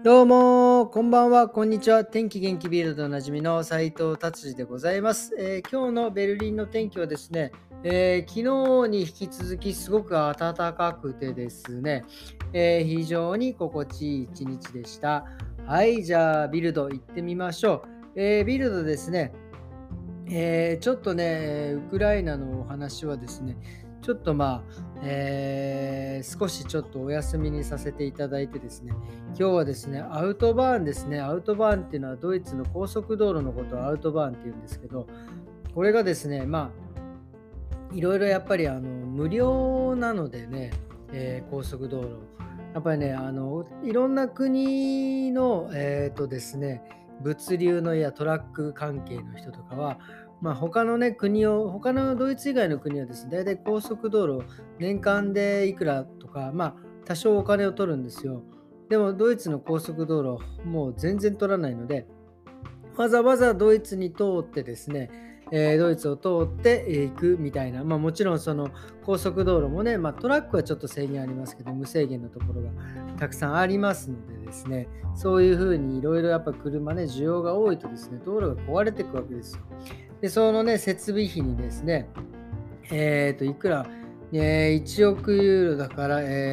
どうもこんばんは、こんにちは。天気元気ビルドでおなじみの斉藤達治でございます。今日のベルリンの天気はですね、昨日に引き続きすごく暖かくてですね、非常に心地いい一日でした。はい、じゃあビルド行ってみましょう。ビルドですね、ちょっとね、ウクライナのお話はですね、ちょっと少しちょっとお休みにさせていただいてですね、今日はですね、アウトバーンですね。アウトバーンっていうのはドイツの高速道路のことをアウトバーンっていうんですけど、これがですね、いろいろやっぱり無料なのでね、高速道路。やっぱりね、いろんな国の、ですね、物流のトラック関係の人とかは、他のドイツ以外の国はですね、大体高速道路、年間でいくらとか、多少お金を取るんですよ。でも、ドイツの高速道路、もう全然取らないので、わざわざドイツに通ってですね、ドイツを通って行くみたいな、もちろんその高速道路もね、トラックはちょっと制限ありますけど、無制限のところがたくさんありますのでですね、そういうふうにいろいろやっぱ車ね、需要が多いとですね、道路が壊れていくわけですよ。で、そのね、設備費にですね、いくら、1億ユーロだから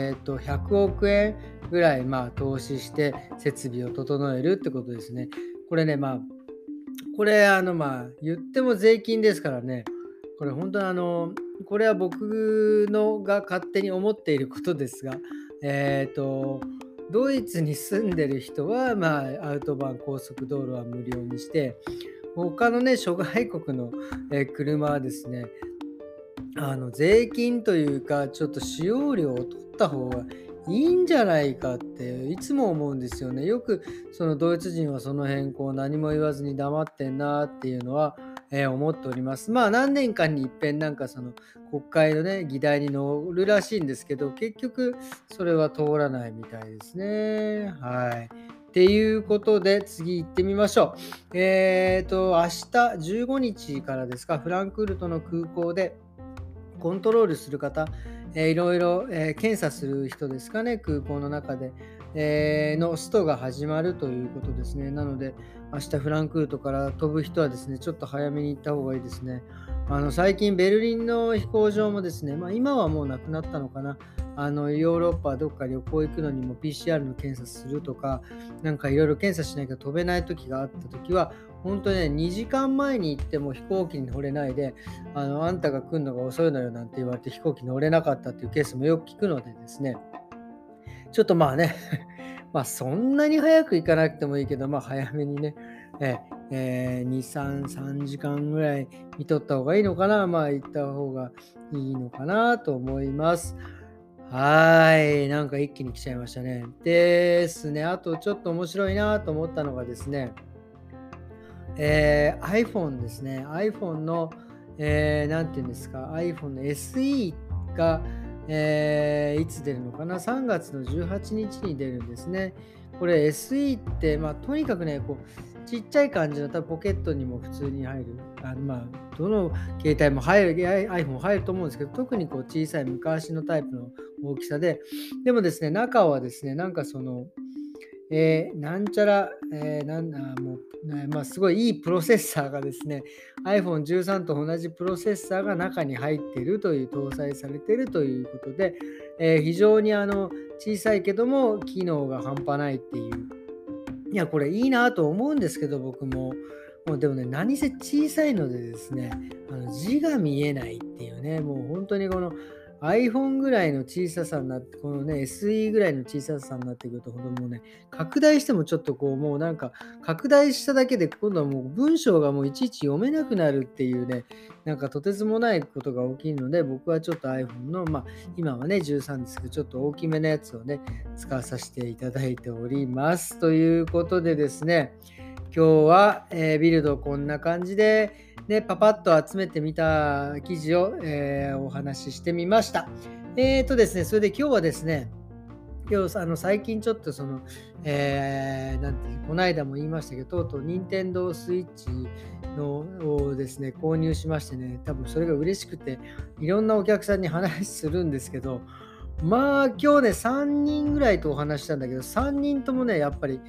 、100億円ぐらい、投資して設備を整えるってことですね。これね、これ、言っても税金ですからね、これ本当にこれは僕のが勝手に思っていることですが、えっと、ドイツに住んでる人は、アウトバーン高速道路は無料にして、他のね、諸外国の、車はですね、税金というか、ちょっと使用料を取った方がいいんじゃないかっていつも思うんですよね。よくそのドイツ人はその辺こう何も言わずに黙ってんなっていうのは、思っております。何年間に一遍なんかその国会のね、議題に乗るらしいんですけど、結局それは通らないみたいですね。はい。っていうことで次行ってみましょう。明日15日からですか、フランクフルトの空港でコントロールする方、いろいろ、検査する人ですかね、空港の中で、のストが始まるということですね。なので、明日フランクフルトから飛ぶ人はですね、ちょっと早めに行った方がいいですね。最近ベルリンの飛行場もですね、今はもうなくなったのかな。ヨーロッパどっか旅行行くのにも PCR の検査するとか、なんかいろいろ検査しなきゃ飛べない時があった時は、本当ね、2時間前に行っても飛行機に乗れないで、あんたが来るのが遅いのよなんて言われて飛行機乗れなかったっていうケースもよく聞くのでですね、ちょっとそんなに早く行かなくてもいいけど、早めにね、2、3時間ぐらい見とった方がいいのかな、行った方がいいのかなと思います。はーい、なんか一気に来ちゃいましたね。ですね、あとちょっと面白いなと思ったのがですね、iPhone ですね。iPhone の、なんていうんですか、iPhone の SE が、いつ出るのかな、3月の18日に出るんですね。これ SE って、とにかくね、こう、ちっちゃい感じの多分ポケットにも普通に入る。どの携帯も入る、iPhone 入ると思うんですけど、特にこう小さい昔のタイプの大きさで、でもですね、中はですね、なんかその、なんちゃら、なんあーもう、すごいいいプロセッサーがですね、iPhone13 と同じプロセッサーが中に入っているという、搭載されているということで、非常に小さいけども機能が半端ないっていう。いや、これいいなと思うんですけど、僕も。もうでもね、何せ小さいのでですね、字が見えないっていうね、もう本当にこの iPhone ぐらいの小ささになって、このね、SE ぐらいの小ささになってくると、ほんともうね、拡大してもちょっとこう、もうなんか、拡大しただけで今度はもう文章がもういちいち読めなくなるっていうね、なんかとてつもないことが起きるので、僕はちょっと iPhone の、今はね、13ですけど、ちょっと大きめのやつをね、使わさせていただいております。ということでですね、今日は、ビルドこんな感じで、ね、パパッと集めてみた記事を、お話ししてみました。ですね、それで今日はですね、最近ちょっとその、なんていうこの間も言いましたけど、とうとう任天堂スイッチのをですね、購入しましてね、多分それが嬉しくて、いろんなお客さんに話するんですけど、 まあ、今日ね、3人ぐらいとお話ししたんだけど、3人ともね、やっぱり、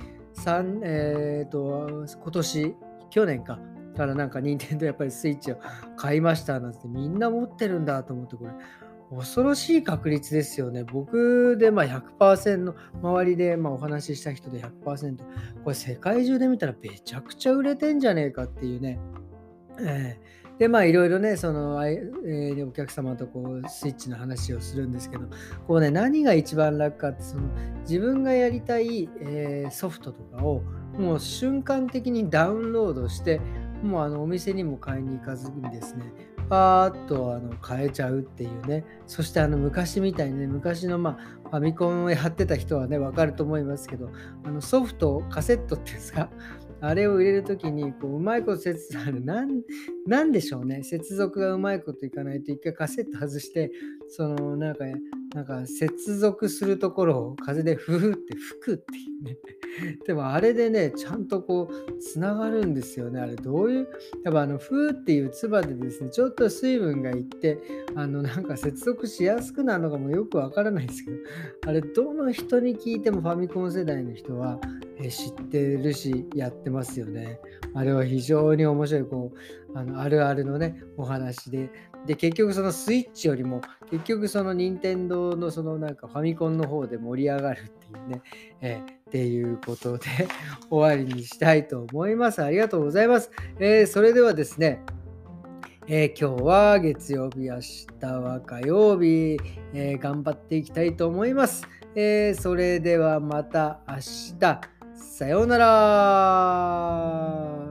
今年、去年からなんか任天堂やっぱりスイッチを買いましたなんてみんな持ってるんだと思って、これ恐ろしい確率ですよね。僕で100%、周りでお話しした人で100%、これ世界中で見たらめちゃくちゃ売れてんじゃねえかっていうね。えで、いろいろね、お客様とこうスイッチの話をするんですけど、こうね、何が一番楽かって、自分がやりたい、ソフトとかを、もう瞬間的にダウンロードして、もうお店にも買いに行かずにですね、パーッと買えちゃうっていうね。そして昔みたいにね、昔のファミコンをやってた人はね、分かると思いますけど、ソフト、カセットっていうんですか、あれを入れる時にこう、うまいことなんでしょうね。接続がうまいこといかないと、一回カセット外して、なんか接続するところを風でフーって吹くっていうね。でもあれでね、ちゃんとこう繋がるんですよね。あれどういう、やっぱフーっていう唾でですね、ちょっと水分がいって、なんか接続しやすくなるのかもよくわからないですけど、あれどの人に聞いてもファミコン世代の人は、知ってるし、やってますよね。あれは非常に面白い、こう、あるあるのね、お話で、結局そのスイッチよりも、結局その任天堂のそのなんかファミコンの方で盛り上がるっていうね、っていうことで終わりにしたいと思います。ありがとうございます。それではですね、今日は月曜日、明日は火曜日、頑張っていきたいと思います。それではまた明日。さようなら。